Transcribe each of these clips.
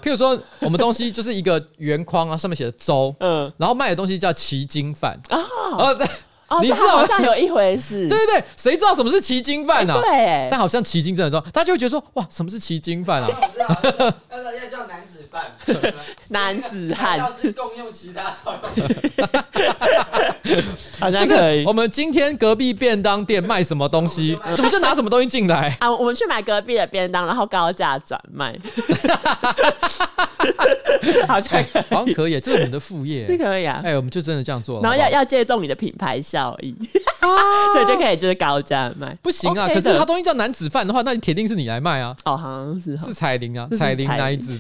譬如说我们东西就是一个圆框啊，上面写的粥，然后卖的东西叫旗津饭你知道好像有一回事， 对对对，谁知道什么是旗津饭啊？ 对， 但好像旗津真的重要，大家就会觉得说，哇，什么是旗津饭啊？ 要叫男子饭， 男子汉， 要是共用其他烧用好像可以。 我们今天隔壁便当店卖什么东西，我们就拿什么东西进来啊？我们去买隔壁的便当，然后高价转卖，好像可以，这是我们的副业， 这可以啊。 我们就真的这样做了， 然后要借重你的品牌效益，所以就可以就是高价卖。 不行啊，可是他东西叫男子饭的话，那铁定是你来卖啊。 好像是彩铃啊，彩铃那一只。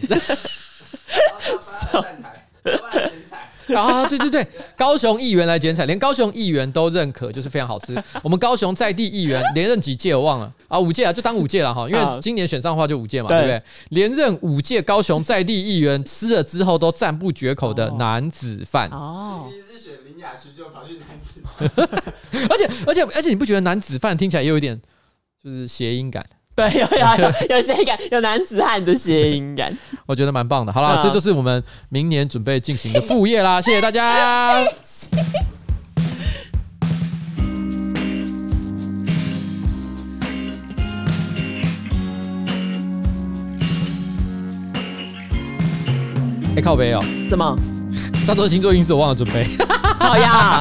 啊，对对对，高雄议员来剪彩，连高雄议员都认可，就是非常好吃。我们高雄在地议员连任几届我忘了啊，5届啊，就当5届了哈，因为今年选上的话就5届嘛，对不对？连任5届高雄在地议员吃了之后都赞不绝口的男子饭哦。你是选林雅区就跑去男子饭， 而且你不觉得男子饭听起来也有一点就是谐音感？ 对，有谐音感，有男子汉的谐音感， 我觉得蛮棒的。好啦，这就是我们明年准备进行的副业啦，谢谢大家。靠北哦， 怎么？ 上周星座运势我忘了准备。 好呀。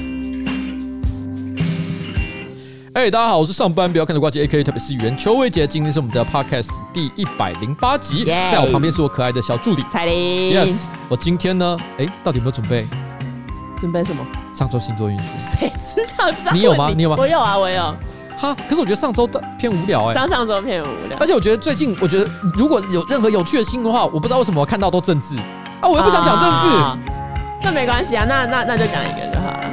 大家好，我是上班不要看着挂机 AKA 特别是袁秋薇姐，今天是我们的 Podcast 第108集，在我旁边是我可爱的小助理彩铃。 Yes， 我今天呢，到底有没有准备？ 准备什么？ 上周星座运势。 谁知道？ 你有吗？你有吗？ 我有啊，我有。 哈，可是我觉得上周偏无聊上周偏无聊， 而且我觉得最近，我觉得如果有任何有趣的新闻的话，我不知道为什么我看到都政治啊，我又不想讲政治。 那没关系啊，那就讲一个就好了。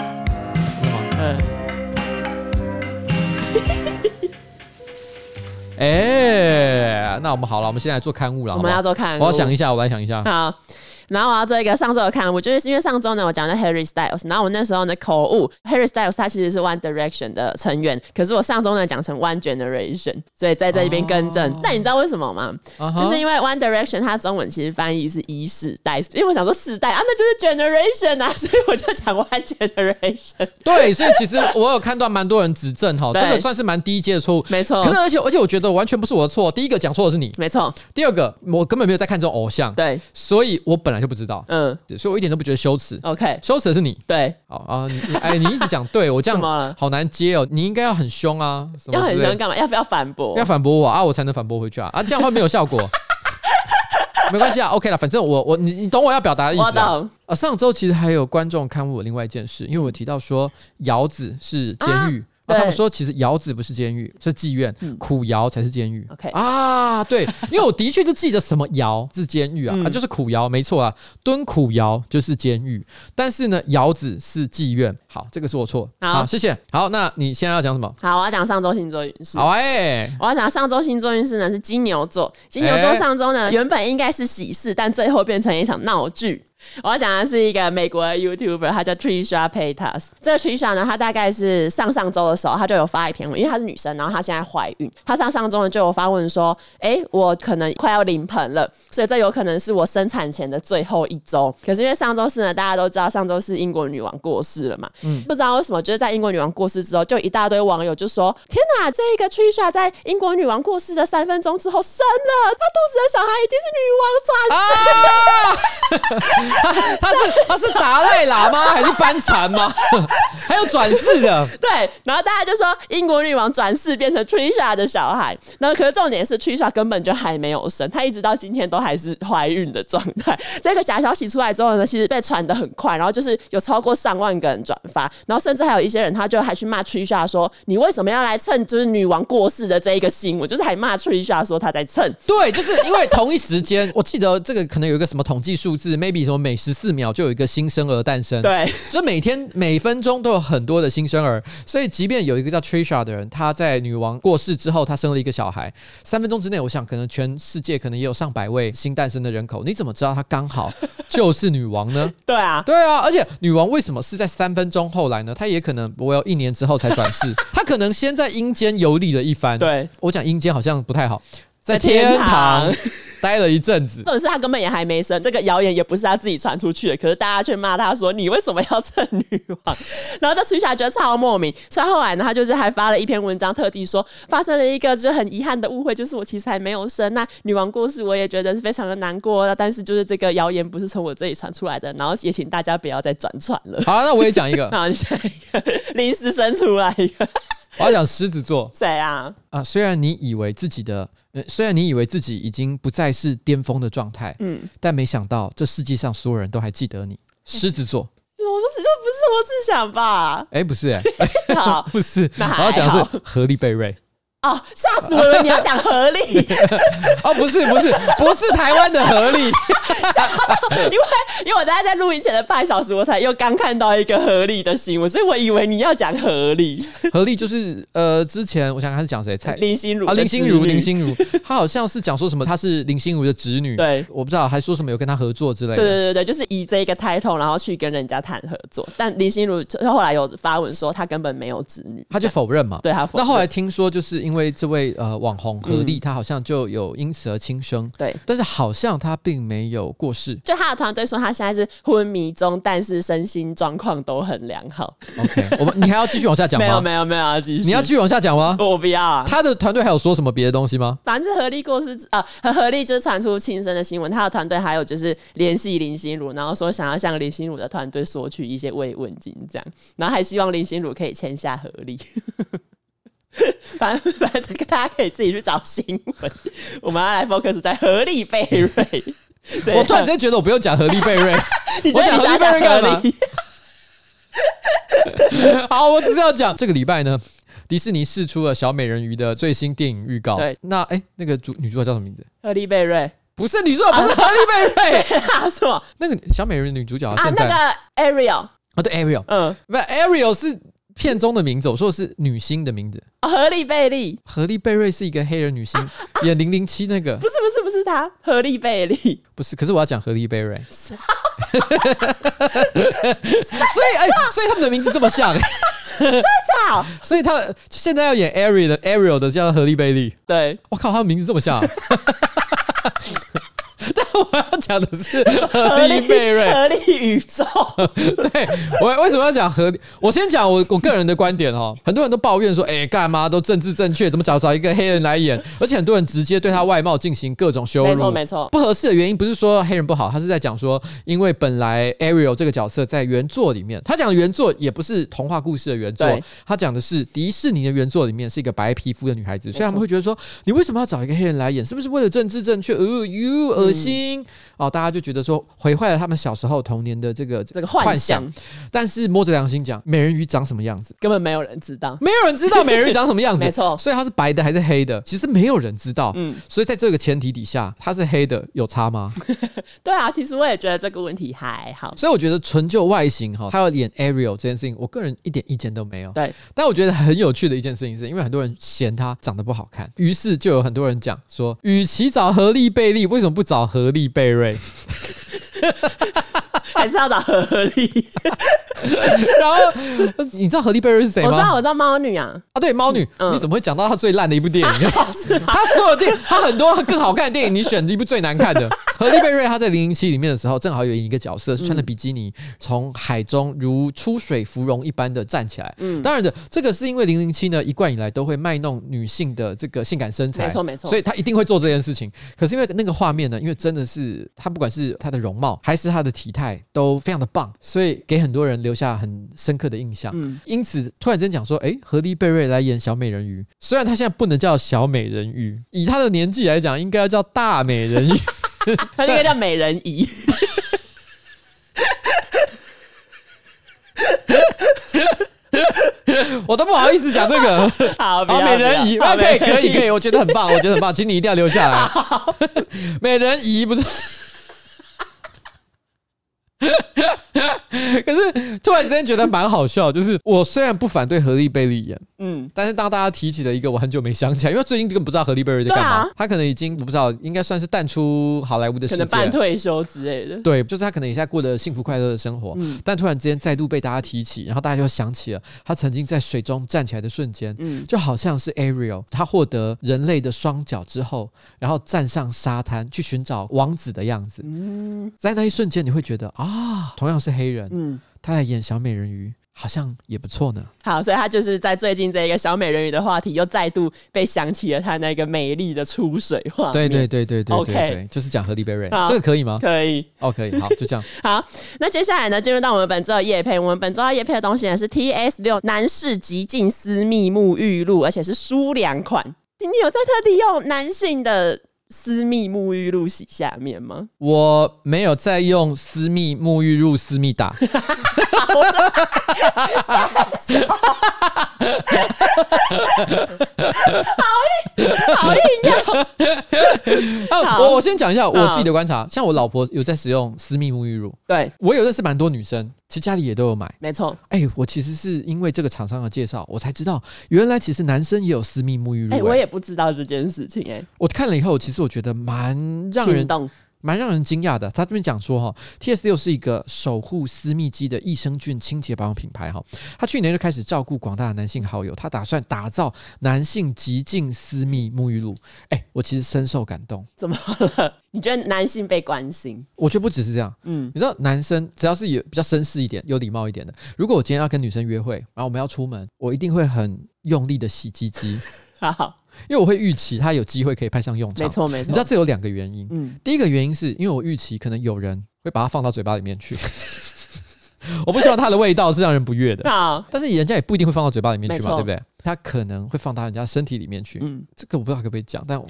那我们好了，我们现在来做刊物了。 我们要做刊物， 我要想一下，我来想一下。 好。然后我要做一个上周的刊物，就是因为上周呢我讲的 Harry Styles， 然后我那时候呢口误 ，Harry Styles 他其实是 One Direction 的成员，可是我上周呢讲成 One Generation， 所以在这边更正。那你知道为什么吗？就是因为 One Direction 它中文其实翻译是一世代，因为我想说世代啊，那就是 Generation 啊，所以我就讲 One Generation。 对，所以其实我有看到蛮多人指正哈，这个算是蛮低阶的错误， 没错。 可是而且我觉得完全不是我的错，第一个讲错的是你， 没错。 第二个我根本没有在看这种偶像， 对， 所以我本来就不知道，所以我一点都不觉得羞耻。 OK， 羞耻的是你。 对， 你一直讲对我这样好难接哦。你应该要很凶啊， 要很凶干嘛？要不要反驳？ 要反驳我啊，我才能反驳回去啊！这样会没有效果。没关系啊 ，OK 了，反正你懂我要表达的意思啊。上周其实还有观众看我另外一件事，因为我提到说窑子是监狱。他们说，其实窑子不是监狱，是妓院，苦窑才是监狱。 OK 啊，对，因为我的确就记得什么窑是监狱啊，就是苦窑，没错啊，蹲苦窑就是监狱，但是呢，窑子是妓院。好，这个是我错。好，谢谢。好，那你现在要讲什么？ 好，我要讲上周星座运势。 好我要讲上周星座运势呢是金牛座。金牛座上周呢原本应该是喜事，但最后变成一场闹剧。我要讲的是一个美国的 YouTuber， 他叫 Trisha Paytas。这个 Trisha 呢，他大概是上周的时候，他就有发一篇文，因为她是女生，然后她现在怀孕，她上周呢就有发问说，我可能快要临盆了，所以这有可能是我生产前的最后一周。可是因为上周四呢，大家都知道上周四英国女王过世了嘛，不知道为什么，就是在英国女王过世之后，就一大堆网友就说，天哪，这个 Trisha 在英国女王过世的3分钟之后生了，她肚子的小孩一定是女王转世。 他是达赖喇嘛还是班禅吗？还有转世的。 对，然后大家就说英国女王转世变成 Trisha 的小孩，然后可是重点是 Trisha 根本就还没有生，她一直到今天都还是怀孕的状态。这个假消息出来之后呢，其实被传得很快，然后就是有超过上万个人转发，然后甚至还有一些人他就还去骂 Trisha 说，你为什么要来蹭就是女王过世的这一个新闻，就是还骂 Trisha 说她在蹭。 对，就是因为同一时间，我记得这个可能有一个什么统计数字 ，maybe 什么每14秒就有一个新生儿诞生， 对， 就每天每分钟都有很多的新生儿，所以即便有一个叫 Trisha 的人，他在女王过世之后，他生了一个小孩，3分钟之内，我想可能全世界可能也有上百位新诞生的人口，你怎么知道他刚好就是女王呢？ 对啊， 而且女王为什么是在3分钟后来呢？她也可能我有1年之后才转世，她可能先在阴间游历了一番。 对， 我讲阴间好像不太好。 在天堂待了一阵子。 重点是他根本也还没生，这个谣言也不是他自己传出去的，可是大家却骂他说你为什么要蹭女王？然后这Trisha觉得超莫名，所以后来呢，他就是还发了一篇文章，特地说发生了一个就很遗憾的误会，就是我其实还没有生，那女王过世我也觉得是非常的难过，但是就是这个谣言不是从我这里传出来的，然后也请大家不要再转传了。 好，那我也讲一个。 好，你讲一个临时生出来一个。 我要讲狮子座。 谁啊？ 虽然你以为自己已经不再是巅峰的状态，但没想到这世界上所有人都还记得你。狮子座。 我说这不是我自想吧？ 不是好， 不是， 我要讲的是荷丽贝瑞。 哦，吓死我了！你要讲合力哦，不是台湾的合力， 因为我大概在录音前的半小时，我才又刚看到一个合力的新闻，所以我以为你要讲合力。 合力就是之前我想看是讲谁？ 林心如啊，林心如，他好像是讲说什么，他是林心如的侄女， 对， 我不知道还说什么有跟他合作之类的。 对，就是以这个 title 然后去跟人家谈合作，但林心如后来有发文说他根本没有侄女， 他就否认嘛。 对，他否认。 那后来听说就是因为这位网红何丽，她好像就有因此而轻生， 对， 但是好像她并没有过世。 就她的团队说她现在是昏迷中，但是身心状况都很良好。 OK， 你还要继续往下讲吗？ 没有要继续。 你要继续往下讲吗？ 我不要啊。 他的团队还有说什么别的东西吗？ 反正就是何丽过世何丽就是传出轻生的新闻，他的团队还有就是联系林心如，然后说想要向林心如的团队索取一些慰问金，这样，然后还希望林心如可以签下何丽。反正这个大家可以自己去找新闻，我们要来 focus 在荷丽贝瑞。 我突然之间觉得我不用讲荷丽贝瑞， 你觉得我讲荷丽贝瑞干嘛？好，我只是要讲这个礼拜呢，迪士尼释出了小美人鱼的最新电影预告。对，那那个女主角叫什么名字？ 荷丽贝瑞。 不是女主角，不是荷丽贝瑞， 是吗？ 那个小美人鱼女主角现在那个 Ariel。 对 Ariel， 不 Ariel 是片中的名字，我说的是女星的名字。 荷丽贝利， 荷丽贝瑞是一个黑人女星，演007那个。 不是她，荷丽贝利不是，可是我要讲荷丽贝瑞。所以他们的名字这么像。 真巧， 所以他现在要演 Ariel 的叫荷丽贝利。 对， 我靠，他的名字这么像。但我要讲的是荷丽贝瑞， 荷丽宇宙。 对，我为什么要讲荷丽？我先讲我个人的观点哦。很多人都抱怨说，干嘛都政治正确，怎么找一个黑人来演？而且很多人直接对他外貌进行各种羞辱。 没错， 不合适的原因不是说黑人不好，他是在讲说，因为本来 Ariel 这个角色在原作里面，他讲的原作也不是童话故事的原作，他讲的是迪士尼的原作里面是一个白皮肤的女孩子，所以他们会觉得说，你为什么要找一个黑人来演？是不是为了政治正确？恶心大家就觉得说毁坏了他们小时候童年的这个幻想。但是摸着良心讲，美人鱼长什么样子，根本没有人知道， 没有人知道美人鱼长什么样子。 没错， 所以它是白的还是黑的，其实没有人知道。所以在这个前提底下，它是黑的有差吗？ 对啊，其实我也觉得这个问题还好。 所以我觉得纯就外形他要演 Ariel 这件事情，我个人一点意见都没有。 对， 但我觉得很有趣的一件事情是，因为很多人嫌他长得不好看，于是就有很多人讲说，与其找荷丽贝利，为什么不找荷丽贝瑞？ 还是要找荷丽。 然后你知道荷丽贝瑞是谁吗？ 我知道猫女啊。 对，猫女。你怎么会讲到她最烂的一部电影？她所有电影，她很多更好看的电影，你选一部最难看的。荷丽贝瑞她在007里面的时候，正好有一个角色是穿着比基尼，从海中如出水芙蓉一般的站起来。当然的，这个是因为007呢一贯以来都会卖弄女性的这个性感身材， 没错， 所以她一定会做这件事情。可是因为那个画面呢，因为真的是她不管是她的容貌还是她的体态都非常的棒，所以给很多人留下很深刻的印象。因此突然间讲说，荷丽贝瑞来演小美人鱼，虽然她现在不能叫小美人鱼，以她的年纪来讲，应该要叫大美人鱼。 她应该叫美人鱼。 我都不好意思讲这个。 好， 美人鱼，可以，我觉得很棒，请你一定要留下来。美人鱼不是。可是突然之间觉得蛮好笑，就是我虽然不反对荷丽贝利演，但是当大家提起了一个我很久没想起来，因为最近根本不知道荷丽贝利在干嘛，他可能已经我不知道，应该算是淡出好莱坞的世界， 可能半退休之类的。 对，就是他可能也在过得幸福快乐的生活，但突然之间再度被大家提起，然后大家就想起了他曾经在水中站起来的瞬间，就好像是 Ariel 他获得人类的双脚之后，然后站上沙滩去寻找王子的样子，在那一瞬间你会觉得啊，同样是黑人，他在演小美人鱼好像也不错呢。 好，所以他就是在最近这一个小美人鱼的话题又再度被想起了他那个美丽的出水画面。 对 OK， 就是讲荷丽贝瑞，这个可以吗？ 可以可以，好，就这样。 好，那接下来呢，进入到我们本周的业配。我们本周要业配的东西呢是 TS6 男士极净私密沐浴露，而且是舒凉款。你有在特地用男性的私密沐浴露洗下面吗？ 我没有在用私密沐浴露思密达。 好硬要我先讲一下我自己的观察，像我老婆有在使用私密沐浴露， 对， 我有认识蛮多女生，其实家里也都有买， 没错。 我其实是因为这个厂商的介绍，我才知道原来其实男生也有私密沐浴露。 我也不知道这件事情。 我看了以后，其实我觉得蛮让人惊讶的。他这边讲说TS6 是一个守护私密肌的益生菌清洁保养品牌，他去年就开始照顾广大的男性好友，他打算打造男性极净私密沐浴露。我其实深受感动。 怎么了？你觉得男性被关心？ 我觉得不只是这样，你知道男生只要是有比较绅士一点、有礼貌一点的，如果我今天要跟女生约会，然后我们要出门，我一定会很用力的洗鸡鸡。 好， 因为我会预期他有机会可以派上用场。 没错。 你知道这有2个原因。第一个原因是因为我预期可能有人会把它放到嘴巴里面去。我不希望它的味道是让人不悦的。但是人家也不一定会放到嘴巴里面去嘛，对不对？他可能会放到人家身体里面去。这个我不知道可不可以讲，但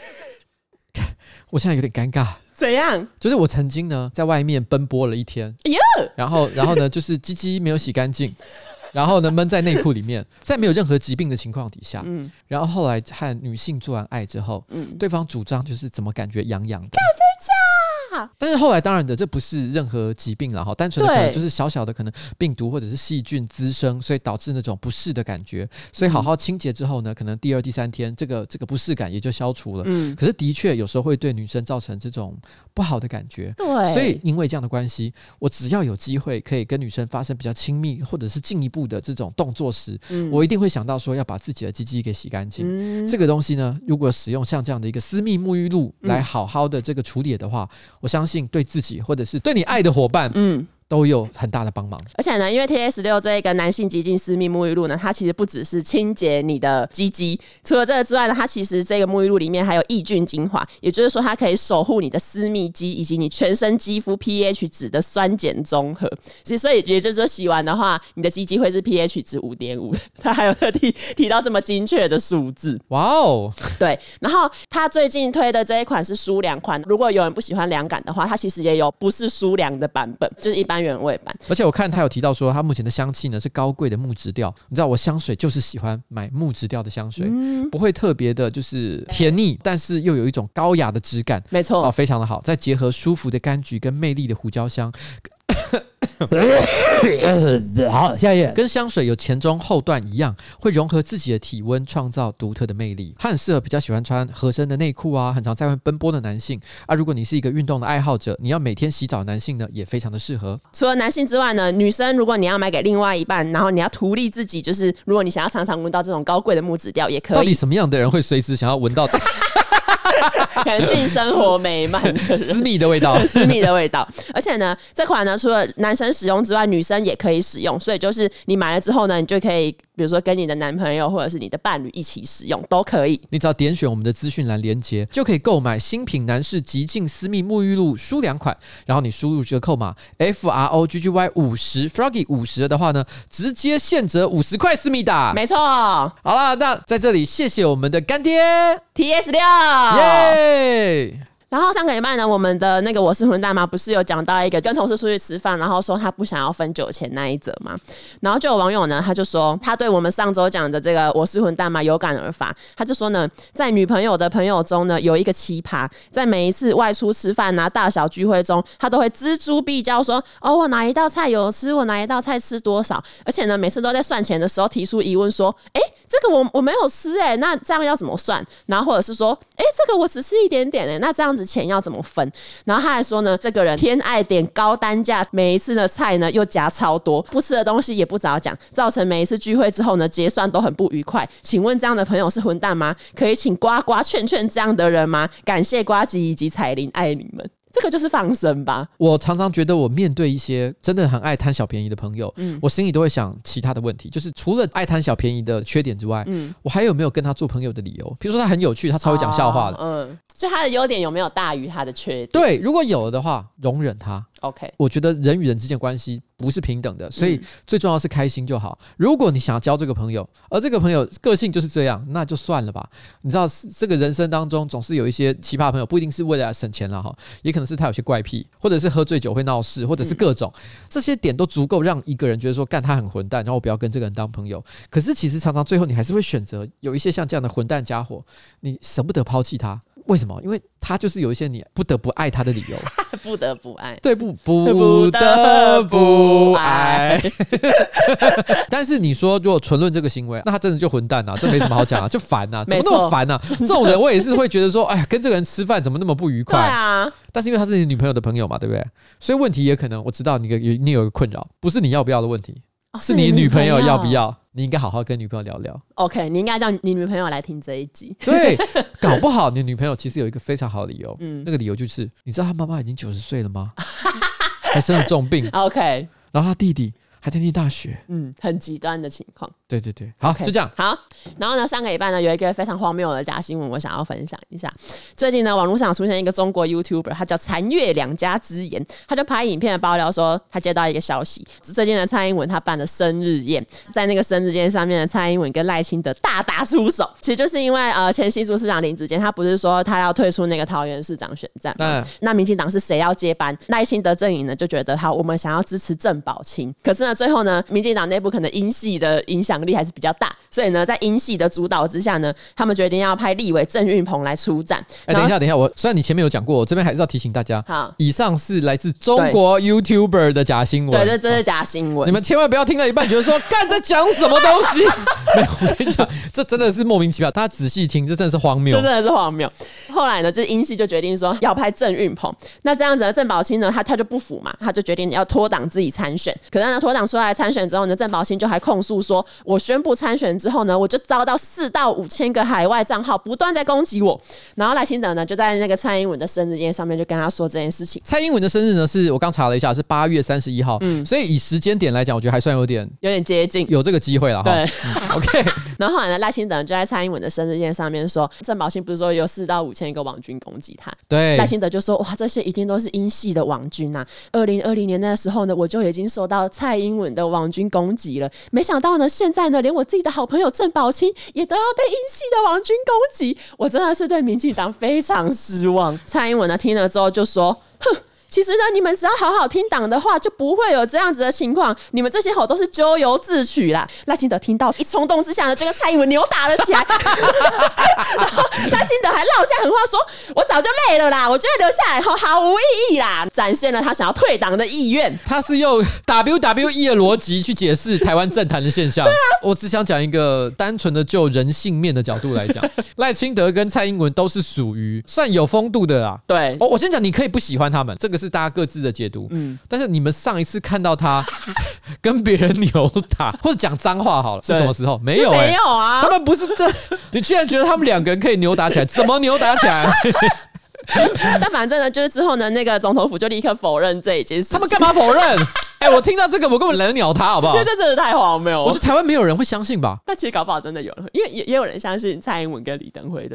我现在有点尴尬。 怎样？ 就是我曾经呢在外面奔波了一天，然后呢就是鸡鸡没有洗干净。然后呢，闷在内裤里面，在没有任何疾病的情况底下，然后后来和女性做完爱之后，对方主张就是怎么感觉痒痒的，但是后来当然的，这不是任何疾病啦，单纯的可能就是小小的可能病毒或者是细菌滋生，所以导致那种不适的感觉。所以好好清洁之后呢，可能第2、第3天这个不适感也就消除了。可是的确有时候会对女生造成这种不好的感觉。 对， 所以因为这样的关系，我只要有机会可以跟女生发生比较亲密或者是进一步的这种动作时，我一定会想到说要把自己的鸡鸡给洗干净。这个东西呢，如果使用像这样的一个私密沐浴露来好好的这个处理的话，我相信对自己或者是对你爱的伙伴，都有很大的帮忙。 而且呢，因为 TS6 这一个男性极净私密沐浴露呢，它其实不只是清洁你的鸡鸡，除了这个之外呢，它其实这个沐浴露里面还有抑菌精华，也就是说它可以守护你的私密肌以及你全身肌肤 pH 值的酸碱中和。所以也就是说洗完的话，你的鸡鸡会是 pH 值 5.5 它还有特地提到这么精确的数字。 哇哦， 对。然后他最近推的这一款是舒凉款，如果有人不喜欢凉感的话，它其实也有不是舒凉的版本，就是一般原味版。 而且我看他有提到说他目前的香气呢是高贵的木质调。你知道我香水就是喜欢买木质调的香水，不会特别的就是甜腻，但是又有一种高雅的质感。 没错， 非常的好。再结合舒服的柑橘跟魅力的胡椒香。 好，下一页。 跟香水有前中后段一样，会融合自己的体温，创造独特的魅力。它很适合比较喜欢穿合身的内裤啊，很常在外奔波的男性啊。如果你是一个运动的爱好者，你要每天洗澡的男性呢，也非常的适合。 除了男性之外呢，女生如果你要买给另外一半，然后你要图利自己，就是如果你想要常常闻到这种高贵的木质调，也可以。 到底什么样的人会随时想要闻到这可能性生活美满的人私密的味道私密的味道。而且呢，这款呢除了男生使用之外，女生也可以使用，所以就是你买了之后呢，你就可以比如说跟你的男朋友或者是你的伴侣一起使用都可以。 你只要点选我们的资讯栏连结，就可以购买新品男士极净私密沐浴露舒凉款，然后你输入折扣码 FROGGY50 Froggy 50的话呢，直接现折50块思密达。 没错。 好啦，那在这里谢谢我们的干爹 TS6， 耶！ 然后上个礼拜呢，我们的那个我是混蛋妈不是有讲到一个跟同事出去吃饭，然后说他不想要分酒钱那一则嘛，然后就有网友呢他就说他对我们上周讲的这个我是混蛋妈有感而发，他就说呢，在女朋友的朋友中呢有一个奇葩，在每一次外出吃饭啊大小聚会中，他都会锱铢必较说我哪一道菜有吃，我哪一道菜吃多少，而且呢每次都在算钱的时候提出疑问说这个我没有吃那这样要怎么算，然后或者是说这个我只吃一点点那这样子钱要怎么分，然后他还说呢这个人偏爱点高单价，每一次的菜呢又夹超多，不吃的东西也不早讲，造成每一次聚会之后呢结算都很不愉快。请问这样的朋友是混蛋吗？可以请呱呱劝劝这样的人吗？感谢呱吉以及彩玲，爱你们。这个就是放生吧。 我常常觉得我面对一些真的很爱贪小便宜的朋友，我心里都会想其他的问题，就是除了爱贪小便宜的缺点之外，我还有没有跟他做朋友的理由？比如说他很有趣，他超会讲笑话的， 所以他的优点有没有大于他的缺点？ 对，如果有的话，容忍他。 OK， 我觉得人与人之间的关系不是平等的，所以最重要是开心就好。如果你想要交这个朋友，而这个朋友个性就是这样，那就算了吧。你知道这个人生当中总是有一些奇葩的朋友，不一定是为了省钱啦，也可能是他有些怪癖，或者是喝醉酒会闹事，或者是各种这些点都足够让一个人觉得说干他很混蛋，然后我不要跟这个人当朋友。可是其实常常最后你还是会选择有一些像这样的混蛋家伙，你舍不得抛弃他。为什么？因为他就是有一些你不得不爱他的理由。 不得不爱， 对，不得不爱。但是你说如果纯论这个行为，那他真的就混蛋啊，这没什么好讲啊，就烦啊，怎么那么烦啊？这种人我也是会觉得说，哎呀，跟这个人吃饭怎么那么不愉快？ 对啊。 但是因为他是你女朋友的朋友嘛，对不对？所以问题也可能我知道你有一个困扰，不是你要不要的问题，是你女朋友要不要？你应该好好跟女朋友聊聊。 OK， 你应该叫你女朋友来听这一集。 对，搞不好你女朋友其实有一个非常好的理由，那个理由就是你知道她妈妈已经90岁了吗？还生了重病。 OK， 然后她弟弟还在念大学， 很极端的情况。 对，好， okay， 就这样。 好，然后呢，上个礼拜呢有一个非常荒谬的假新闻，我想要分享一下。最近呢，网络上出现一个中国 YouTuber， 他叫残月两家之言，他就拍影片的爆料说，他接到一个消息，最近的蔡英文他办了生日宴，在那个生日宴上面的蔡英文跟赖清德大打出手，其实就是因为前新竹市长林子坚他不是说他要退出那个桃园市长选战吗？那民进党是谁要接班？赖清德阵营呢就觉得好，我们想要支持郑宝清，可是呢最后呢，民进党内部可能英系的影响力还是比较大，所以呢，在英系的主导之下呢，他们决定要派立委郑运鹏来出战。 等一下，我虽然你前面有讲过，我这边还是要提醒大家， 好， 以上是来自中国 YouTuber 的假新闻， 对，这是假新闻， 你们千万不要听到一半觉得说干在讲什么东西，没有，我跟你讲，这真的是莫名其妙，大家仔细听，这真的是荒谬， 这真的是荒谬。后来呢，就是英系就决定说要派郑运鹏，那这样子呢，郑宝清呢，他就不服嘛，他就决定要脱党自己参选。可是呢，脱党出来参选之后呢，郑宝清就还控诉说，我宣布参选之后呢，我就遭到4到5千个海外账号不断在攻击我。然后赖清德呢，就在那个蔡英文的生日宴上面就跟他说这件事情。 蔡英文的生日呢，是我刚查了一下，是8月31号，所以以时间点来讲，我觉得还算有点接近， 有这个机会了。 对 ，OK。 然后后来呢，赖清德就在蔡英文的生日宴上面说，郑宝清不是说有4到5千个网军攻击他？ 对， 赖清德就说哇，这些一定都是英系的网军啊！2020年的时候呢，我就已经受到蔡英文的网军攻击了，没想到呢，现在呢，连我自己的好朋友郑宝清也都要被英系的网军攻击，我真的是对民进党非常失望。蔡英文呢听了之后就说，哼。其实呢，你们只要好好听党的话，就不会有这样子的情况。你们这些吼都是咎由自取啦。赖清德听到一冲动之下呢，就跟蔡英文扭打了起来。然后赖清德还撂下狠话说：“我早就累了啦，我觉得留下来后毫无意义啦。”展现了他想要退党的意愿。 他是用 WWE 的逻辑去解释台湾政坛的现象。对啊，我只想讲一个单纯的就人性面的角度来讲，赖清德跟蔡英文都是属于算有风度的啦。 对， 我先讲，你可以不喜欢他们，这个是大家各自的解读。但是你们上一次看到他跟别人扭打或者讲脏话好了，是什么时候？没有没有啊， 他们不是这，你居然觉得他们2个人可以扭打起来？怎么扭打起来？ 但反正呢，就是之后呢，那个总统府就立刻否认这一件事情。 他们干嘛否认？我听到这个，我根本懒得鸟他，好不好？ 因为这真的太荒谬了。 我觉得台湾没有人会相信吧？ 但其实搞不好真的有人，因为也有人相信蔡英文跟李登辉的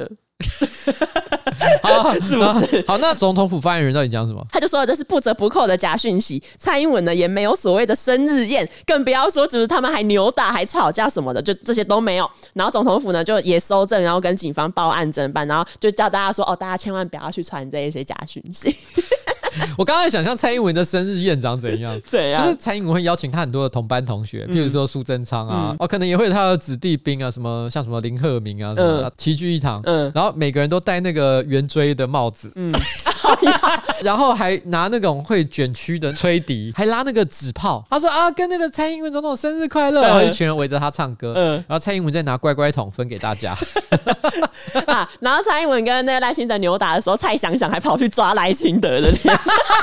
好， 是不是？ 好，那总统府发言人到底讲什么？ 他就说这是不折不扣的假讯息。蔡英文呢也没有所谓的生日宴，更不要说就是他们还扭打、还吵架什么的，就这些都没有。然后总统府呢就也搜证，然后跟警方报案侦办，然后就叫大家说大家千万不要去传这一些假讯息。 我刚才想象蔡英文的生日宴长怎样？ 对啊， 就是蔡英文会邀请他很多的同班同学，譬如说苏贞昌啊，可能也会有他的子弟兵啊，像什么林鹤鸣啊，什么齐聚一堂，然后每个人都戴那个圆锥的帽子，然后还拿那种会卷曲的吹笛，还拉那个纸炮。他说啊，跟那个蔡英文总统生日快乐，然后一群人围着他唱歌，然后蔡英文再拿乖乖桶分给大家。 然后蔡英文跟那个赖清德扭打的时候，蔡想想还跑去抓赖清德的脸。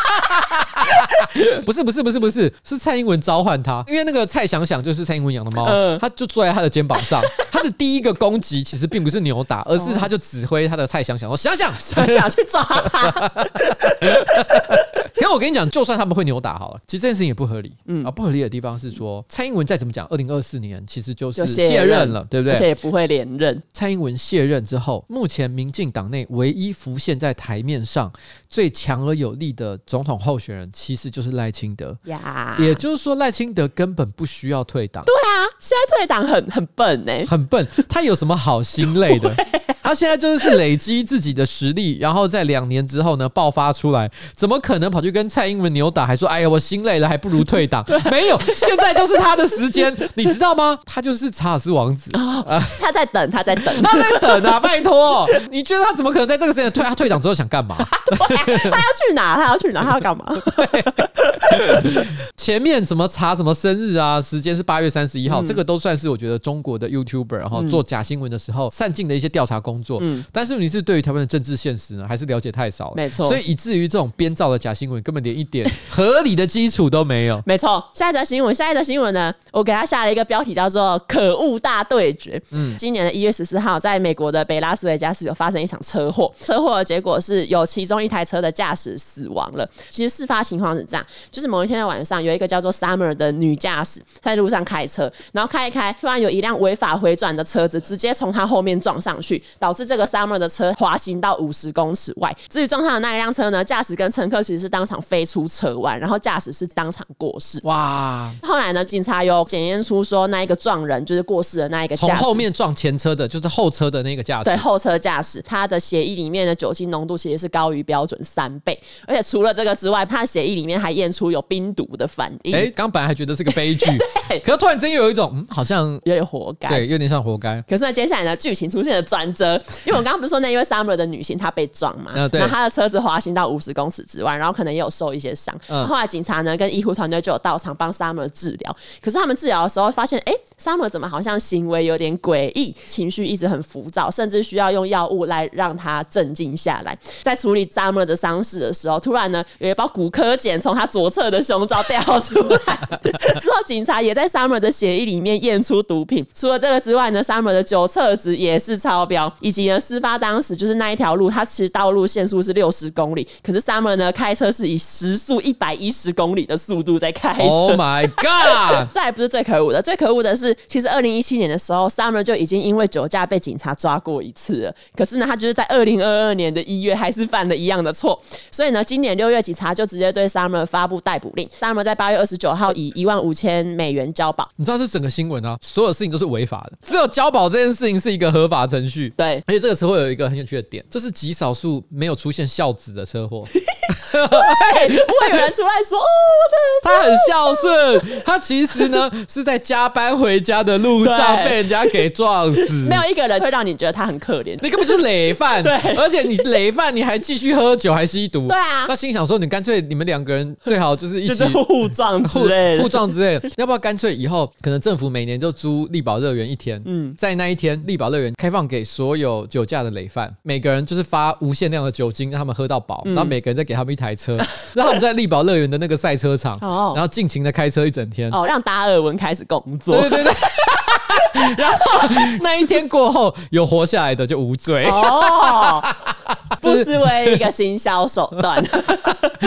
不是，是蔡英文召唤他，因为那个蔡想想就是蔡英文养的猫，他就坐在他的肩膀上。他的第一个攻击其实并不是扭打，而是他就指挥他的蔡想想说：“想想去抓他。” 可是我跟你讲，就算他们会扭打好了，其实这件事情也不合理。不合理的地方是说，蔡英文再怎么讲，2024年其实就是卸任了，对不对？ 而且也不会连任。 蔡英文卸任之后，目前民进党内唯一浮现在台面上最强而有力的总统候选人，其实就是赖清德。也就是说，赖清德根本不需要退党。 对啊，现在退党很笨欸， 很笨。他有什么好心累的？他现在就是累积自己的实力，然后在2年之后呢爆发出来，怎么可能跑去跟蔡英文扭打，还说哎呀我心累了，还不如退党？没有，现在就是他的时间，你知道吗？他就是查尔斯王子， 他在等啊， 拜托，你觉得他怎么可能在这个时间退？他退党之后想干嘛？ 他要去哪？他要干嘛？ 前面什么查什么生日啊，时间是8月31号，这个都算是我觉得中国的 YouTuber 然后做假新闻的时候善尽的一些调查工作。但是你是对于台湾的政治现实呢，还是了解太少了？ 没错， 所以以至于这种编造的假新闻根本连一点合理的基础都没有。 没错，下一则新闻呢，我给他下了一个标题叫做"可恶大对决"。今年的1月14号，在美国的北拉斯维加斯有发生一场车祸，车祸的结果是有其中一台车的驾驶死亡了。其实事发情况是这样，就是某一天的晚上，有一个叫做 Summer 的女驾驶在路上开车，然后开一开，突然有一辆违法回转的车子直接从她后面撞上去，导致这个 Summer 的车滑行到50公尺外。至于撞上的那一辆车呢，驾驶跟乘客其实是当场飞出车外，然后驾驶是当场过世。哇！后来呢，警察有检验出说那一个撞人就是过世的那一个驾驶， 从后面撞前车的，就是后车的那个驾驶。 对，后车驾驶，他的血液里面的酒精浓度其实是高于标准3倍，而且除了这个之外，他的血液里面还验出有冰毒的反应。 刚本来还觉得是个悲剧，可是突然间又有一种好像有点活该， 对，有点像活该。 可是呢，接下来呢，剧情出现了转折，因为我刚刚不是说那一位 Summer 的女性她被撞嘛， 对， 然后她的车子滑行到50公尺之外，然后可能也有受一些伤。后来警察呢跟医护团队就有到场帮 Summer 治疗，可是他们治疗的时候发现，Summer 怎么好像行为有点诡异，情绪一直很浮躁，甚至需要用药物来让他镇静下来。在处理 Summer 的伤势的时候，突然呢有一包骨科碱从他左侧的胸罩掉出来，之后警察也在 Summer 的血液里面验出毒品。除了这个之外呢 ，Summer 的酒测值也是超标，以及呢事发当时就是那一条路，它其实道路限速是60公里，可是 Summer 呢开车是以时速110公里的速度在开车。 Oh my god！ 这还不是最可恶的，最可恶的是，其实2017年的时候 ，Summer 就已经因为酒驾被警察抓过一次了。可是呢，他就是在2022年的1月还是犯了一样的错，所以呢，今年6月警察就直接对 Summer 发布逮捕令。Summer 在8月29号以$15,000交保。 你知道这整个新闻啊，所有事情都是违法的，只有交保这件事情是一个合法程序。 对， 而且这个车祸有一个很有趣的点，这是极少数没有出现孝子的车祸。 对，就不会有人出来说哦， 他很孝顺，他其实呢是在加班回家的路上被人家给撞死， 没有一个人会让你觉得他很可怜， 你根本就是累犯。对，而且你累犯，你还继续喝酒，还吸毒。 对啊， 那心想说，你干脆你们2个人最好就是一起就是互撞之类的， 互撞之类的，要不要干脆以后可能政府每年就租力宝乐园1天，在那一天力宝乐园开放给所有酒驾的累犯，每个人就是发无限量的酒精让他们喝到饱，然后每个人再给他们一台车，让他们在力宝乐园的那个赛车场，然后尽情的开车一整天， 让达尔文开始工作。 对对对。然后那一天过后，有活下来的就无罪。 不失为一个行销手段。 这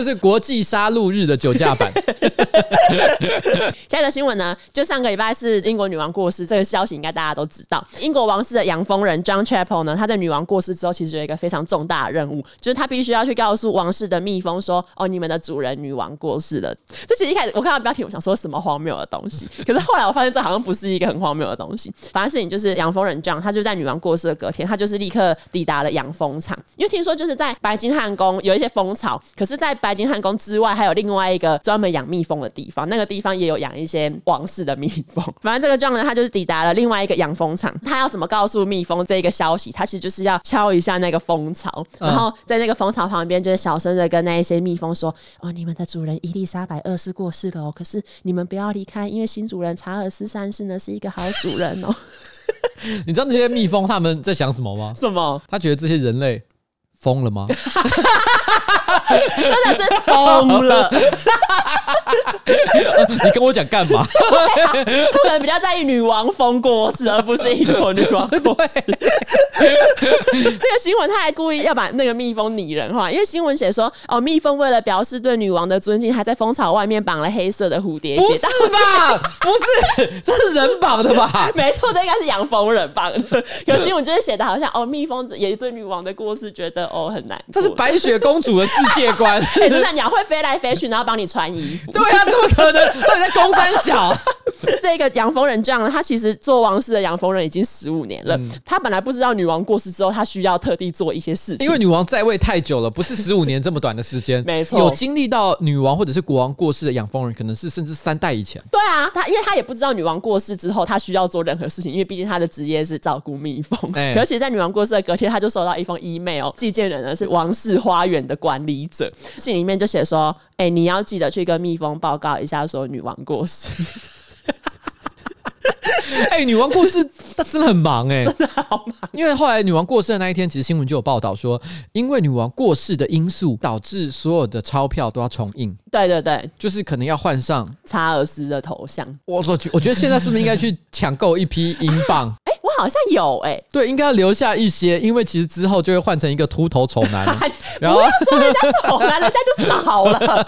就是国际杀戮日的酒驾版。 下一个新闻呢，就上个礼拜是英国女王过世，这个消息应该大家都知道。英国王室的养蜂人 John Chappell 呢，他在女王过世之后，其实有一个非常重大的任务，就是他必须要去告诉王室的蜜蜂说，哦，你们的主人女王过世了。这其实一开始我看到标题，我想说什么荒谬的东西，可是后来我发现这好像不是一个很荒谬的东西。反正事情就是养蜂人 John， 他就在女王过世的隔天，他就是立刻抵达了养蜂场，因为听说就是在白金汉宫有一些蜂巢，可是在白金汉宫之外还有另外一个专门养蜜蜂的地方，那个地方也有养一些王室的蜜蜂。反正这个 John 呢，他就是抵达了另外一个养蜂场，他要怎么告诉蜜蜂这个消息？他其实就是要敲一下那个蜂巢，然后在那个蜂巢旁边就是小声的跟那一些蜜蜂说，哦，你们的主人伊丽莎白二世过世了哦，可是你们不要离开，因为新主人查尔斯三世呢是一个好主人哦。 你知道那些蜜蜂他们在想什么吗？ 什么？ 他觉得这些人类疯了吗？ 真的是疯了！ 你跟我讲干嘛？ 他可能比较在意女王蜂过世，而不是英国女王过世。这个新闻他还故意要把那个蜜蜂拟人化，因为新闻写说，哦，蜜蜂为了表示对女王的尊敬，还在蜂巢外面绑了黑色的蝴蝶结。 不是吧？不是，这是人绑的吧？ 没错，这应该是养蜂人绑的。有新闻就是写的好像，哦，蜜蜂也对女王的过世觉得很难过。 这是白雪公主的世界观。 真的，鸟会飞来飞去，然后帮你穿衣服。 对啊，怎么可能？到底在攻三小？ 这个养蜂人这样，他其实做王室的养蜂人已经15年了。他本来不知道女王过世之后，他需要特地做一些事情， 因为女王在位太久了，不是15年这么短的时间。 没错， 有经历到女王或者是国王过世的养蜂人，可能是甚至3代以前。 对啊，因为他也不知道女王过世之后，他需要做任何事情，因为毕竟他的职业是照顾蜜蜂。可是，在女王过世的隔天，他就收到一封 email， 寄件人呢是王室花园的管理者，信里面就写说，你要记得去跟蜜蜂报告一下，说女王过世。 女王过世，她真的很忙真的好忙。 因为后来女王过世的那一天，其实新闻就有报道说，因为女王过世的因素，导致所有的钞票都要重印。 对对对， 就是可能要换上查尔斯的头像。 我觉得现在是不是应该去抢购一批英镑？ 我好像有对， 应该要留下一些，因为其实之后就会换成一个秃头丑男。 然后不要说人家是丑男，人家就是老了。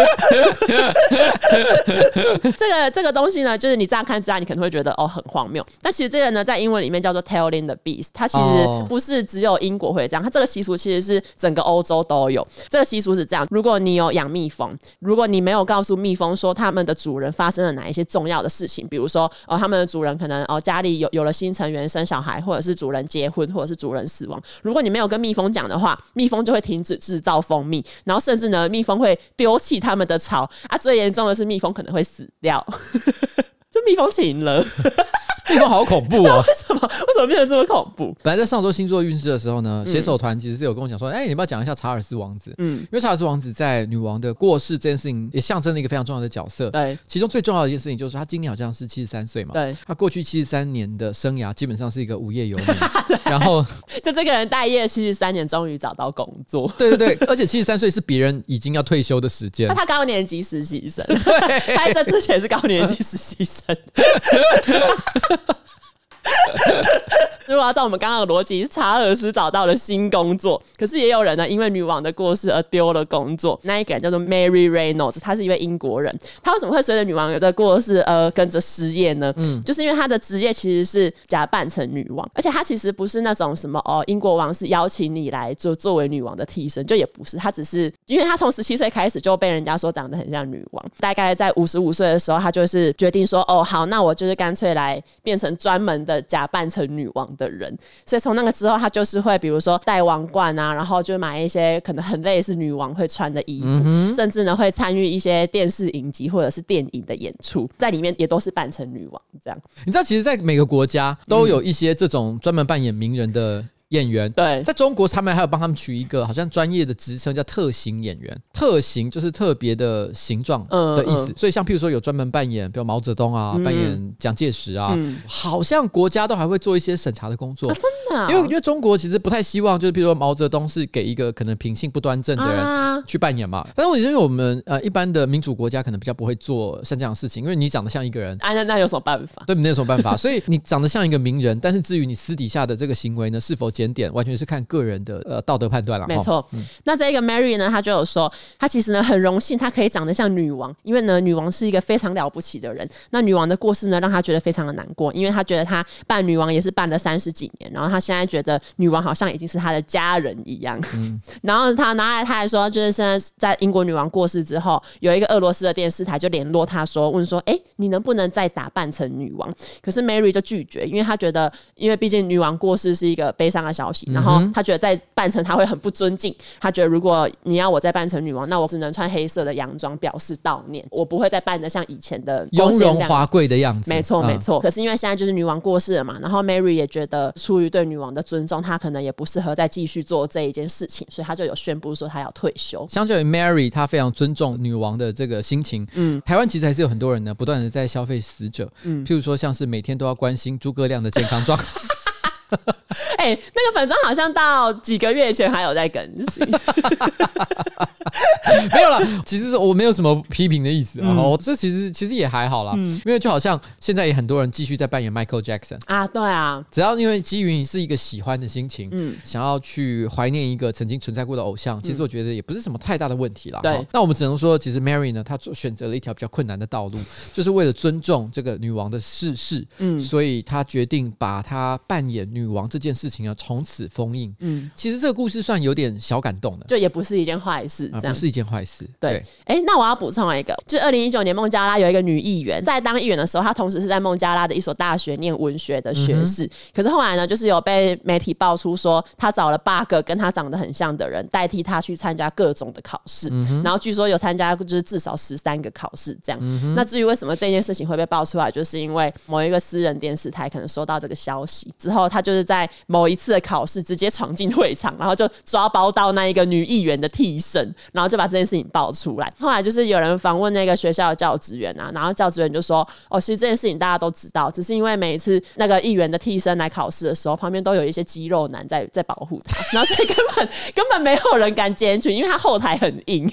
这个东西呢，就是你乍看之下，你可能会觉得很荒谬，但其实这个呢，在英文里面叫做 Telling the Bees， 它其实不是只有英国会这样，它这个习俗其实是整个欧洲都有。这个习俗是这样：如果你有养蜜蜂，如果你没有告诉蜜蜂说他们的主人发生了哪一些重要的事情，比如说他们的主人可能家里有了新成员生小孩，或者是主人结婚，或者是主人死亡，如果你没有跟蜜蜂讲的话，蜜蜂就会停止制造蜂蜜，然后甚至呢，蜜蜂会丢弃他们的巢最严重的是蜜蜂可能会死掉。就蜜蜂情了。 蜜蜂好恐怖哦！ 为什么变得这么恐怖？ 本来在上周星座运势的时候呢，写手团其实是有跟我讲说，你要不要讲一下查尔斯王子？因为查尔斯王子在女王的过世这件事情也象征了一个非常重要的角色。 对， 其中最重要的一件事情就是他今年好像是73岁嘛。 对， 他过去73年的生涯基本上是一个无业游民，然后就这个人待业73年，终于找到工作。 对，而且73岁是别人已经要退休的时间。 他高年级实习生， 对， 他在之前是高年级实习生。如果要照我们刚刚的逻辑，查尔斯找到了新工作，可是也有人呢，因为女王的过世而丢了工作。那一个人叫做 Mary Reynolds， 他是一位英国人。他为什么会随着女王的过世而跟着失业呢？就是因为他的职业其实是假扮成女王，而且他其实不是那种什么英国王室邀请你来作为女王的替身，就也不是，他只是因为他从17岁开始就被人家说长得很像女王，大概在55岁的时候，他就是决定说，好，那我就是干脆来变成专门的假扮成女王的人。所以从那个之后，他就是会比如说戴王冠啊，然后就买一些可能很类似女王会穿的衣服，甚至呢会参与一些电视影集或者是电影的演出，在里面也都是扮成女王这样。 你知道其实在每个国家都有一些这种专门扮演名人的演员。 对， 在中国他们还有帮他们取一个好像专业的职称叫特型演员。特型就是特别的形状的意思，所以像譬如说有专门扮演比如毛泽东啊，扮演蒋介石啊，好像国家都还会做一些审查的工作。 真的因为中国其实不太希望就是譬如说毛泽东是给一个可能品性不端正的人去扮演嘛。但是问题是因为我们一般的民主国家可能比较不会做像这样的事情，因为你长得像一个人那有什么办法？ 对，没有什么办法。所以你长得像一个名人，但是至于你私底下的这个行为呢是否检点，完全是看个人的道德判断了。 没错。那这个 Mary 呢，她就有说，她其实呢很荣幸，她可以长得像女王，因为呢女王是一个非常了不起的人。那女王的过世呢，让她觉得非常的难过，因为她觉得她扮女王也是扮了30几年，然后她现在觉得女王好像已经是她的家人一样。然后她还说，就是现在在英国女王过世之后，有一个俄罗斯的电视台就联络她说，问说，你能不能再打扮成女王？可是 Mary 就拒绝，因为她觉得，因为毕竟女王过世是一个悲伤的消息，然后她觉得再扮成她会很不尊敬。她觉得如果你要我再扮成女王，那我只能穿黑色的洋装表示悼念，我不会再扮得像以前的雍容华贵的样子。 没错没错。可是因为现在就是女王过世了嘛，然后 Mary 也觉得出于对女王的尊重，她可能也不适合再继续做这一件事情，所以她就有宣布说她要退休。 相较于 Mary 她非常尊重女王的这个心情，台湾其实还是有很多人呢不断的在消费死者，譬如说像是每天都要关心诸葛亮的健康状况。 那个粉专好像到几个月前还有在更新。 没有啦，其实我没有什么批评的意思这其实也还好啦，因为就好像现在也很多人继续在扮演 Michael Jackson 啊，对啊， 只要因为基于你是一个喜欢的心情，想要去怀念一个曾经存在过的偶像，其实我觉得也不是什么太大的问题啦。 对， 那我们只能说，其实 Mary 呢，她选择了一条比较困难的道路，就是为了尊重这个女王的逝世，所以她决定把她扮演女王这件事情呢从此封印。其实这个故事算有点小感动的， 就也不是一件坏事，这样不是一件坏事。 对，那我要补充一个，就2019年孟加拉有一个女议员，在当议员的时候，她同时是在孟加拉的一所大学念文学的学士。可是后来呢，就是有被媒体爆出说，她找了8个跟她长得很像的人代替她去参加各种的考试，然后据说有参加就是至少13个考试这样。那至于为什么这件事情会被爆出来，就是因为某一个私人电视台可能收到这个消息之后，他就是在某一次的考试直接闯进会场，然后就抓包到那一个女议员的替身，然后就把这件事情爆出来。后来就是有人访问那个学校的教职员啊，然后教职员就说，其实这件事情大家都知道，只是因为每一次那个议员的替身来考试的时候，旁边都有一些肌肉男在保护他，然后所以根本没有人敢检举，因为他后台很硬。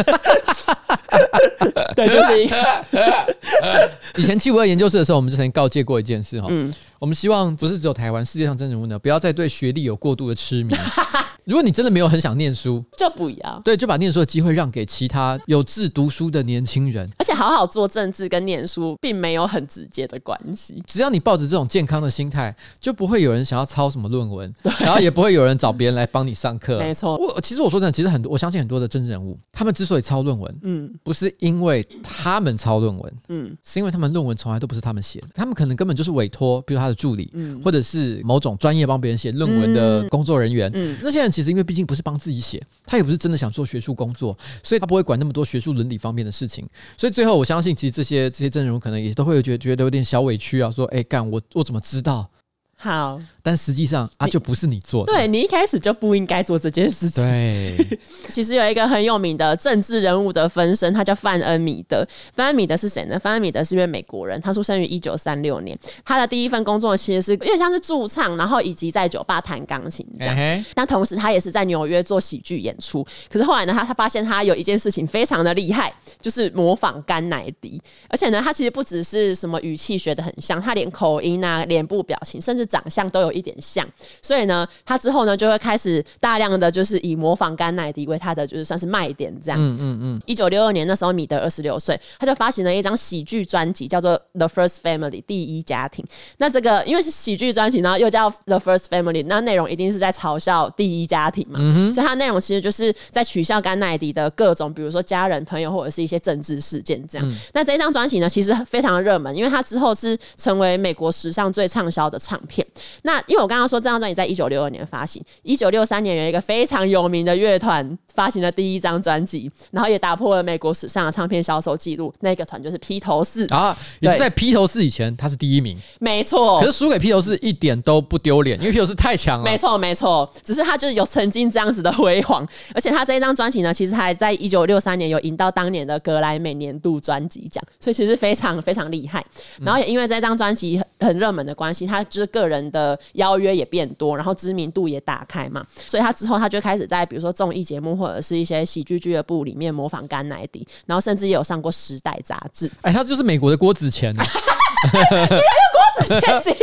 对，就是一个以前752研究室的时候，我们就曾经告诫过一件事我们希望不是只有台湾，世界上真人物呢，不要再对学历有过度的痴迷。如果你真的没有很想念书， 就不要， 对，就把念书的机会让给其他有志读书的年轻人。 而且好好做政治跟念书并没有很直接的关系。 只要你抱着这种健康的心态，就不会有人想要抄什么论文，然后也不会有人找别人来帮你上课。 没错， 其实我说真的，其实我相信很多的政治人物，他们之所以抄论文，不是因为他们抄论文，是因为他们论文从来都不是他们写的，他们可能根本就是委托，比如他的助理，或者是某种专业帮别人写论文的工作人员。那些人其实因为毕竟不是帮自己写，他也不是真的想做学术工作，所以他不会管那么多学术伦理方面的事情。所以最后我相信，其实这些政治人物可能也都会觉得有点小委屈啊，说干我怎么知道？ 好， 但实际上就不是你做的， 对，你一开始就不应该做这件事情。 对， 其实有一个很有名的政治人物的分身，他叫范恩米德。范恩米德是谁呢？范恩米德是一位美国人，他出生于1936年。他的第一份工作其实是有点像是驻唱，然后以及在酒吧弹钢琴这样。但同时他也是在纽约做喜剧演出。可是后来呢，他发现他有一件事情非常的厉害，就是模仿甘乃迪。而且呢，他其实不只是什么语气学得很像，他连口音啊、脸部表情，甚至长相都有一点像。所以呢，他之后呢就会开始大量的就是以模仿甘乃迪为他的就是算是卖点这样。1962年那时候米德26岁，他就发行了一张喜剧专辑，叫做 The First Family 第一家庭。那这个因为是喜剧专辑，然后又叫 The First Family， 那内容一定是在嘲笑第一家庭嘛。所以它内容其实就是在取笑甘乃迪的各种，比如说家人、朋友或者是一些政治事件这样。那这一张专辑呢，其实非常的热门，因为它之后是成为美国史上最畅销的唱片。那因为我刚刚说这张专辑在1962年发行，1963年有一个非常有名的乐团发行了第一张专辑，然后也打破了美国史上的唱片销售记录。那个团就是披头士啊，也是在披头士以前他是第一名， 没错。 可是输给披头士一点都不丢脸，因为披头士太强了。 没错没错，只是他就是有曾经这样子的辉煌，而且他这一张专辑呢，其实还在1963年有赢到当年的格莱美年度专辑奖，所以其实非常非常厉害。然后也因为这张专辑很热门的关系，他就是个客人的邀约也变多，然后知名度也打开嘛，所以他之后他就开始在比如说综艺节目或者是一些喜剧俱乐部里面模仿甘乃迪，然后甚至也有上过《时代》杂志。 他就是美国的郭子乾。 居然用郭子乾形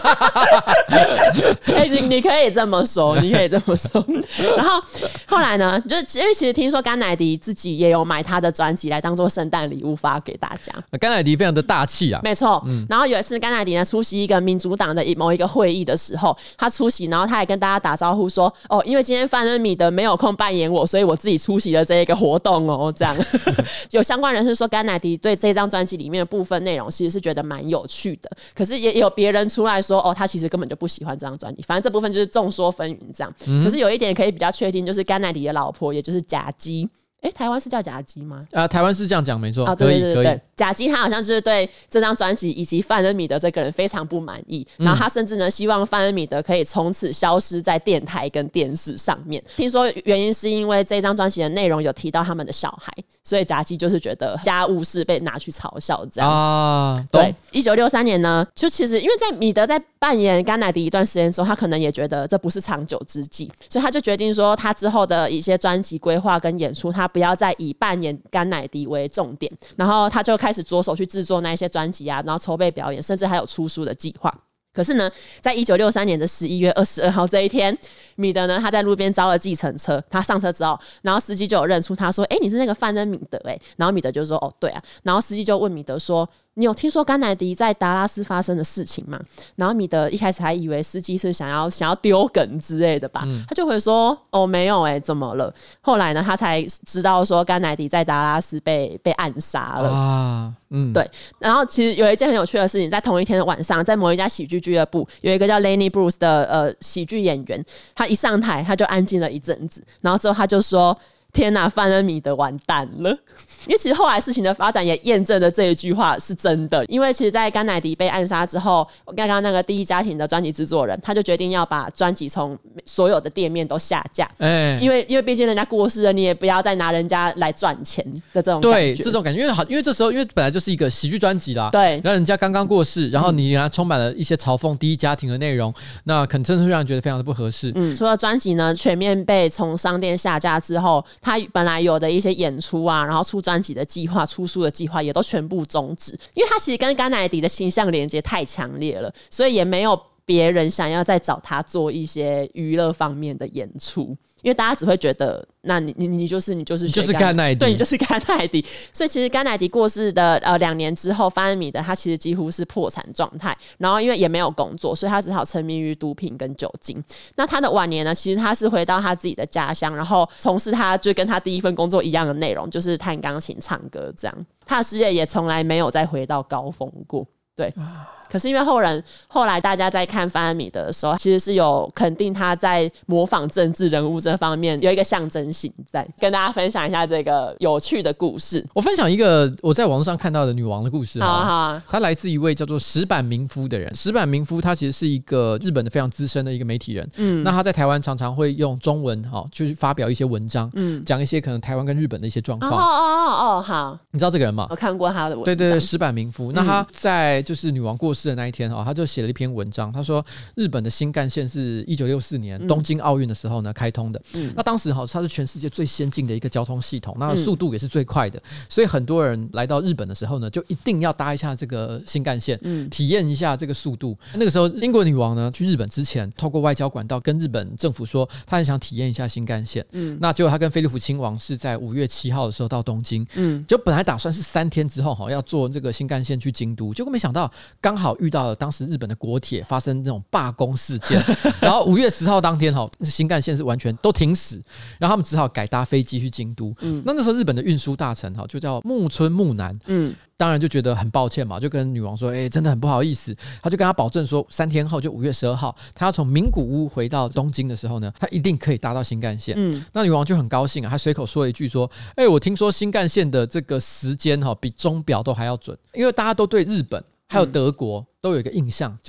容你可以这么说，你可以这么说。然后后来呢，就是因为其实听说甘乃迪自己也有买他的专辑来当做圣诞礼物发给大家。 甘乃迪非常的大气啊， 没错。然后有一次甘乃迪呢出席一个民主党的某一个会议的时候，他出席，然后他也跟大家打招呼说：“哦，因为今天范恩米德没有空扮演我，所以我自己出席了这一个活动哦。”这样有相关人士说，甘乃迪对这张专辑里面的部分内容其实是觉得蛮有趣的，可是也有别人出来说，哦，他其实根本就不喜欢这张专辑。反正这部分就是众说纷纭这样。可是有一点可以比较确定，就是甘乃迪的老婆，也就是贾姬。台湾是叫贾姬吗？ 台湾是这样讲，没错。 对对对对，贾姬他好像就是对这张专辑以及范恩米德这个人非常不满意，然后他甚至呢希望范恩米德可以从此消失在电台跟电视上面。听说原因是因为这张专辑的内容有提到他们的小孩，所以贾姬就是觉得家务事被拿去嘲笑这样啊。对，1963年呢，就其实因为在米德在扮演甘乃迪一段时间之后，他可能也觉得这不是长久之计，所以他就决定说，他之后的一些专辑规划跟演出，他不要再以扮演甘乃迪为重点，然后他就开始着手去制作那些专辑啊，然后筹备表演，甚至还有出书的计划。可是呢，在1963年的11月22号这一天，米德呢他在路边招了计程车，他上车之后，然后司机就有认出他说：“你是那个范恩米德然后米德就说：“哦，对啊。”然后司机就问米德说：“你有听说甘乃迪在达拉斯发生的事情吗？”然后米德一开始还以为司机是想要丢梗之类的吧，他就会说：“哦，没有怎么了？”后来呢，他才知道说甘乃迪在达拉斯被暗杀了啊。对。然后其实有一件很有趣的事情，在同一天的晚上，在某一家喜剧俱乐部，有一个叫 Lenny Bruce 的喜剧演员，他一上台他就安静了一阵子，然后之后他就说：“天哪，范恩米德完蛋了。”因为其实后来事情的发展也验证了这一句话是真的，因为其实在甘乃迪被暗杀之后，刚刚那个第一家庭的专辑制作人他就决定要把专辑从所有的店面都下架，因为毕竟人家过世了，你也不要再拿人家来赚钱的这种感觉。对， 这种感觉，因为这时候因为本来就是一个喜剧专辑啦， 对， 然后人家刚刚过世，然后你给他充满了一些嘲讽第一家庭的内容，那可能真的会让人觉得非常的不合适。 除了专辑呢全面被从商店下架之后，他本来有的一些演出啊，然后出专辑的计划、出书的计划也都全部终止，因为他其实跟甘乃迪的形象连接太强烈了，所以也没有别人想要再找他做一些娱乐方面的演出。因为大家只会觉得，那你就是甘乃迪， 对，你就是甘乃迪。所以其实甘乃迪过世的2年之后，范恩米德他其实几乎是破产状态，然后因为也没有工作，所以他只好沉迷于毒品跟酒精。那他的晚年呢，其实他是回到他自己的家乡，然后从事他就跟他第一份工作一样的内容，就是弹钢琴、唱歌这样。他的事业也从来没有再回到高峰过。对，可是因为后来大家在看范恩米德的时候，其实是有肯定他在模仿政治人物这方面有一个象征性在，跟大家分享一下这个有趣的故事。 我分享一个我在网络上看到的女王的故事。 好啊， 他来自一位叫做石坂明夫的人。石坂明夫他其实是一个日本的非常资深的一个媒体人。那他在台湾常常会用中文去发表一些文章，讲一些可能台湾跟日本的一些状况。 好， 你知道这个人吗？ 我看过他的文章。 对，石坂明夫。那他在就是女王过世的那一天他就写了一篇文章，他说日本的新干线是1964年东京奥运的时候呢开通的。那当时它是全世界最先进的一个交通系统，那速度也是最快的，所以很多人来到日本的时候呢，就一定要搭一下这个新干线，体验一下这个速度。那个时候英国女王呢去日本之前，透过外交管道跟日本政府说，她很想体验一下新干线。那结果她跟菲利普亲王是在5月7号的时候到东京，就本来打算是3天之后要坐这个新干线去京都，结果没想到刚好遇到了当时日本的国铁发生这种罢工事件，然后5月10号当天新干线是完全都停驶，然后他们只好改搭飞机去京都。那时候日本的运输大臣就叫木村木南，当然就觉得很抱歉嘛，就跟女王说真的很不好意思。他就跟他保证说3天后就5月12号他要从名古屋回到东京的时候呢，他一定可以搭到新干线。那女王就很高兴他随口说了一句说我听说新干线的这个时间比钟表都还要准。因为大家都对日本还有德国都有一个印象，就是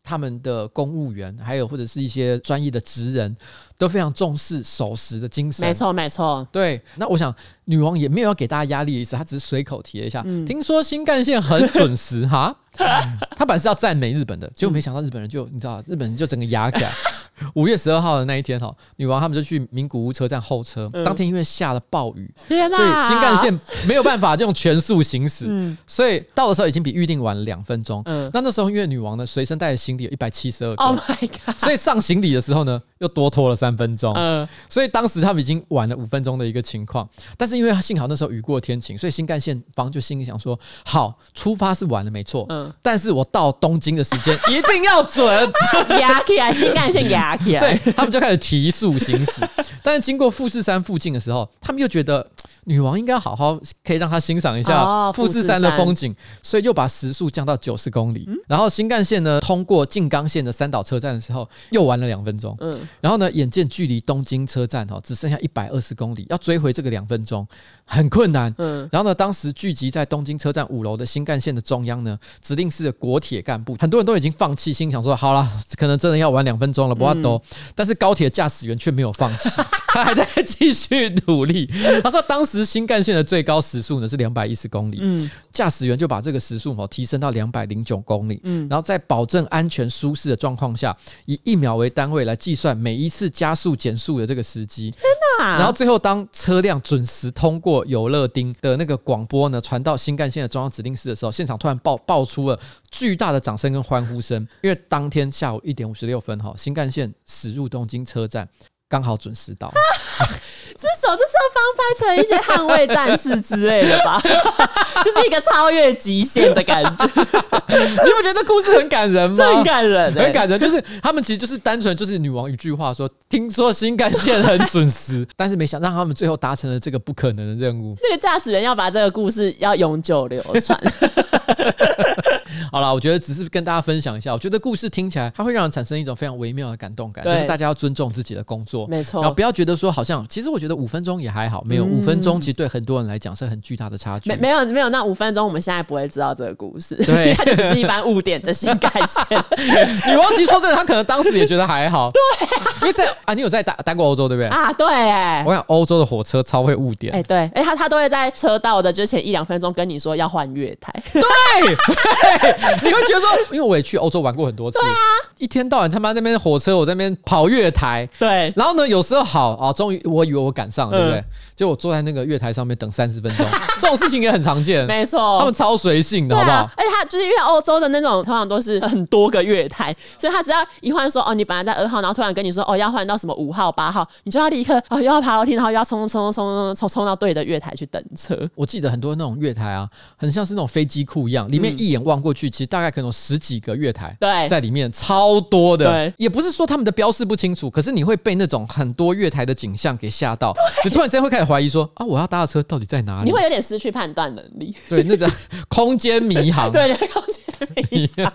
他们的公务员还有或者是一些专业的职人都非常重视守时的精神。 没错没错。 对，那我想女王也没有要给大家压力的意思，她只是随口提了一下。听说新干线很准时哈，她本来是要赞美日本的，结果没想到日本人就你知道，日本人就整个压起来。5月12号的那一天，女王他们就去名古屋车站候车。当天因为下了暴雨，所以新干线没有办法用全速行驶，所以到的时候已经比预定晚了2分钟。那时候因为女王呢随身带的行李有172个 ，Oh my god！ 所以上行李的时候呢又多拖了3分钟。所以当时他们已经晚了5分钟的一个情况。但是因为幸好那时候雨过天晴，所以新干线方就心里想说：好，出发是晚了没错，但是我到东京的时间一定要准。 压起来，新干线压起来， 对，他们就开始提速行驶。但是经过富士山附近的时候，他们又觉得女王应该好好可以让她欣赏一下富士山的风景，所以又把时速降到90公里。然后新干线呢通过静冈县的三岛车站的时候，又晚了2分钟。然后呢，眼见距离东京车站只剩下120公里，要追回这个2分钟很困难。然后呢，当时聚集在东京车站5楼的新干线的中央呢，指令室的国铁干部，很多人都已经放弃，心想说好啦，可能真的要晚2分钟了，不要抖。但是高铁驾驶员却没有放弃，他还在继续努力。他说当时新干线的最高时速呢是210公里，驾驶员就把这个时速提升到209公里，然后在保证安全舒适的状况下，以1秒为单位来计算每一次加速减速的这个时机。然后最后当车辆准时通过有乐町的那个广播呢传到新干线的中央指令室的时候，现场突然爆出了巨大的掌声跟欢呼声，因为当天下午1点56分新干线驶入东京车站，刚好准时到。 这首翻拍成一些捍卫战士之类的吧，就是一个超越极限的感觉。 你不觉得故事很感人吗？ 很感人， 很感人。就是他们其实就是单纯就是女王一句话说，听说新干线很准时，但是没想到他们最后达成了这个不可能的任务。 那个驾驶员要把这个故事要永久流传。 好啦，我觉得只是跟大家分享一下，我觉得故事听起来它会让人产生一种非常微妙的感动感，就是大家要尊重自己的工作， 没错， 然后不要觉得说好像，其实我觉得5分钟也还好，没有5分钟其实对很多人来讲是很巨大的差距。 没有那5分钟，我们现在不会知道这个故事， 对， 它就只是一般误点的新干线。 女王其实说真的，她可能当时也觉得还好，对因为你有在待过欧洲对不对？ 啊，对， 我想欧洲的火车超会误点， 对，他都会在车到的之前1-2分钟跟你说要换月台， 对，你会觉得说，因为我也去欧洲玩过很多次，对啊，一天到晚他妈那边火车，我在那边跑月台， 对， 然后呢，有时候好终于我以为我赶上了，对不对？结果我坐在那个月台上面等30分钟，这种事情也很常见， 没错， 他们超随性的，好不好？ 而且他就是因为欧洲的那种通常都是很多个月台，所以他只要一换说你本来在2号，然后突然跟你说要换到什么5号、8号，你就要立刻又要爬楼梯，然后又要冲到对的月台去等车。我记得很多那种月台啊，很像是那种飞机库一样，里面一眼望过去，其实大概可能有10几个月台在里面，超多的。对，也不是说他们的标示不清楚，可是你会被那种很多月台的景象给吓到，你突然之间会开始怀疑说我要搭的车到底在哪里？ 你会有点失去判断能力， 对，那个空间迷航， 对，空间迷航。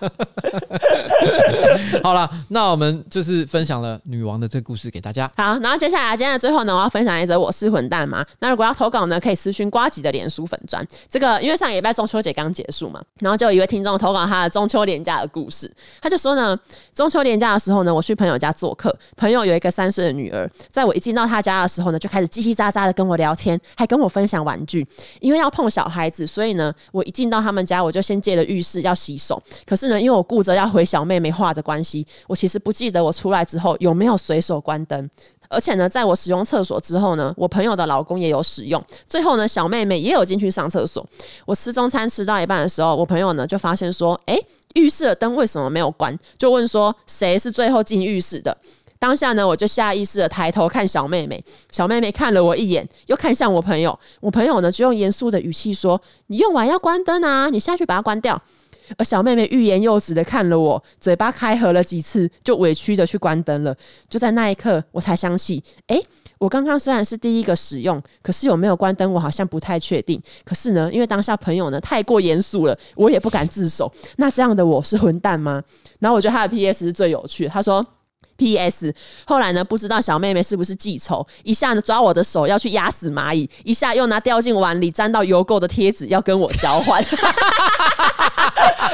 好啦，那我们就是分享了女王的这个故事给大家。 好，然后接下来今天的最后呢，我要分享一则我是混蛋嘛。那如果要投稿呢，可以私讯呱吉的脸书粉专。这个因为上个礼拜中秋节刚结束嘛，然后就有一位听众投稿他的中秋连假的故事。他就说呢，中秋连假的时候呢，我去朋友家做客，朋友有一个3岁的女儿，在我一进到他家的时候呢，就开始叽叽喳喳的跟我聊天，还跟我分享玩具。因为要碰小孩子，所以呢，我一进到他们家，我就先借了浴室要洗手。可是呢，因为我顾着要回小妹妹话的关系，我其实不记得我出来之后有没有随手关灯。而且呢，在我使用厕所之后呢，我朋友的老公也有使用。最后呢，小妹妹也有进去上厕所。我吃中餐吃到一半的时候，我朋友呢就发现说，浴室的灯为什么没有关？就问说谁是最后进浴室的。当下呢，我就下意识的抬头看小妹妹，小妹妹看了我一眼，又看向我朋友。我朋友呢就用严肃的语气说：“你用完要关灯啊，你下去把它关掉。”而小妹妹欲言又止的看了我，嘴巴开合了几次，就委屈的去关灯了。就在那一刻，我才想起，我刚刚虽然是第一个使用，可是有没有关灯我好像不太确定。可是呢，因为当下朋友呢太过严肃了，我也不敢自首。那这样的我是混蛋吗？然后我觉得他的 PS 是最有趣的，他说PS 后来呢，不知道小妹妹是不是记仇，一下呢抓我的手要去压死蚂蚁，一下又拿掉进碗里沾到油垢的贴纸要跟我交换。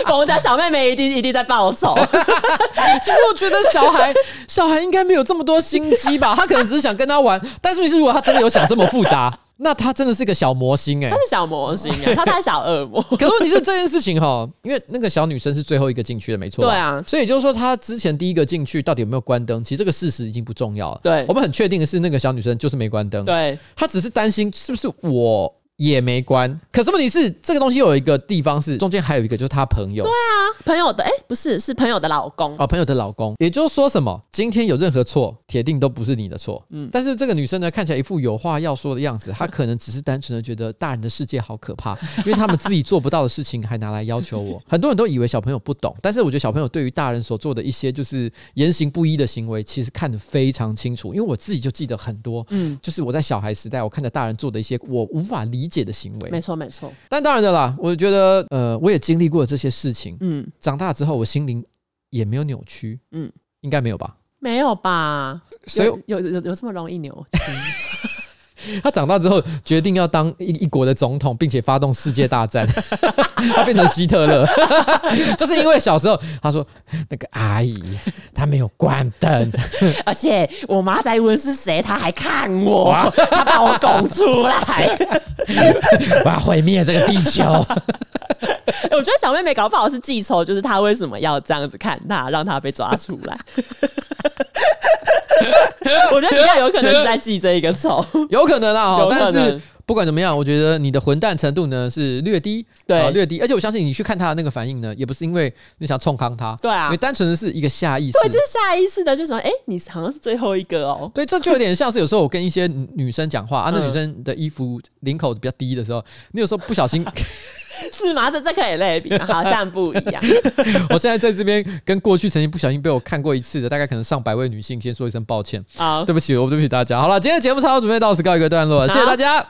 我们的小妹妹一定在报仇。 其实我觉得小孩应该没有这么多心机吧，他可能只是想跟他玩，但是如果他真的有想这么复杂，那他真的是个小魔星他是小魔星他太小恶魔。 可是问题是这件事情因为那个小女生是最后一个进去的，没错。 对啊， 所以也就是说，她之前第一个进去到底有没有关灯，其实这个事实已经不重要了。 对， 我们很确定的是，那个小女生就是没关灯。 对， 她只是担心是不是我也没关。可是问题是，这个东西有一个地方是中间还有一个，就是她朋友。 对啊，朋友的不是朋友的老公朋友的老公。也就是说什么？今天有任何错，铁定都不是你的错。但是这个女生呢，看起来一副有话要说的样子，她可能只是单纯的觉得大人的世界好可怕，因为他们自己做不到的事情还拿来要求我。很多人都以为小朋友不懂，但是我觉得小朋友对于大人所做的一些就是言行不一的行为，其实看得非常清楚。因为我自己就记得很多，就是我在小孩时代，我看着大人做的一些我无法理解的行为。 没错没错。 但当然的啦，我觉得我也经历过这些事情。长大之后我心灵也没有扭曲。应该没有吧？ 没有吧？ 所以有这么容易扭曲？ 他长大之后决定要当一国的总统，并且发动世界大战。他变成希特勒，就是因为小时候他说那个阿姨她没有关灯， 而且我妈在问是谁，她还看我，她把我拱出来， 我要毁灭这个地球。 我觉得小妹妹搞不好是记仇，就是她为什么要这样子看她，让她被抓出来。我觉得比较有可能是在记这一个仇， 有可能啊， 有可能。 但是不管怎么样，我觉得你的混蛋程度呢是略低， 对， 略低。而且我相信你去看他的那个反应呢，也不是因为你想冲康他， 对啊， 因为单纯的是一个下意识， 对，就是下意识的，就是说，你好像是最后一个哦。 对，这就有点像是有时候我跟一些女生讲话那女生的衣服领口比较低的时候，你有时候不小心。 是吗？这可以类比，好像不一样。 我现在在这边跟过去曾经不小心被我看过一次的，大概可能上百位女性，先说一声抱歉。好，对不起，对不起大家。好了，今天的节目差不多准备到此告一个段落了，谢谢大家。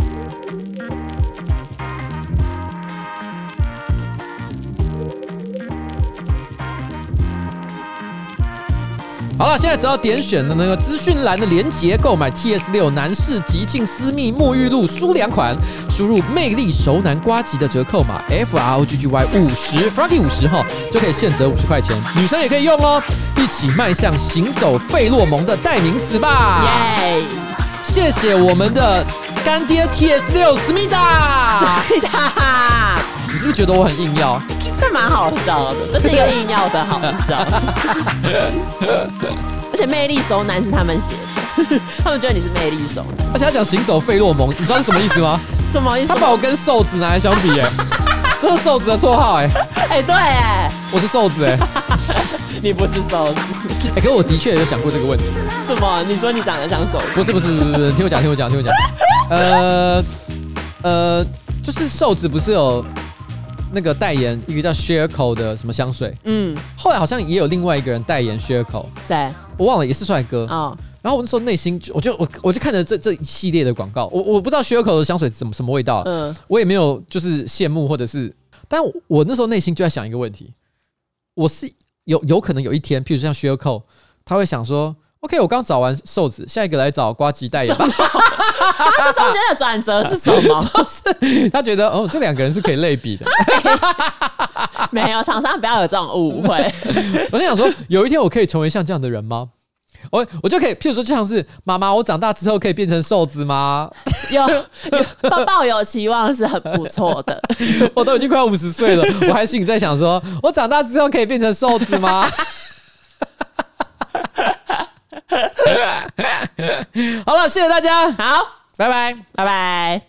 好了，现在只要点选的那个资讯栏的连结购买 TS6 男士极净私密沐浴露舒2款，输入魅力熟男呱吉的折扣码 FROGGY50 Froggy 50哈，就可以现折50块钱，女生也可以用哦，一起迈向行走费洛蒙的代名词吧！耶！谢谢我们的干爹 TS6 思密达，你是不是觉得我很硬要？ 这蛮好笑的，这是一个硬要的好笑。而且魅力熟男是他们写的，他们觉得你是魅力熟男。 而且他讲行走费洛蒙，你知道是什么意思吗？ 什么意思？ 他把我跟瘦子拿来相比，这是瘦子的绰号对我是瘦子你不是瘦子可是我的确有想过这个问题。 什么？你说你长得像瘦子？ 不是，听我讲。就是瘦子不是有那个代言一个叫 Shareco 的什么香水？后来好像也有另外一个人代言 Shareco， 谁？ 我忘了，也是帅哥。然后我那时候内心我就看着这一系列的广告，我不知道 Shareco 的香水什么味道，我也没有就是羡慕或者是，但我那时候内心就在想一个问题，我是有可能有一天，譬如像 Shareco， 他会想说 ，OK， 我刚找完瘦子，下一个来找呱吉代言吧。 这中间的转折是什么？ 就是他觉得这两个人是可以类比的。 没有，厂商不要有这种误会。 我就想说，有一天我可以成为像这样的人吗？我就可以，譬如说，就像是妈妈，我长大之后可以变成瘦子吗？ 抱有期望是很不错的。 我都已经快要50岁了，我还心里在想说，我长大之后可以变成瘦子吗？好了，谢谢大家， 好， 拜拜， 拜拜。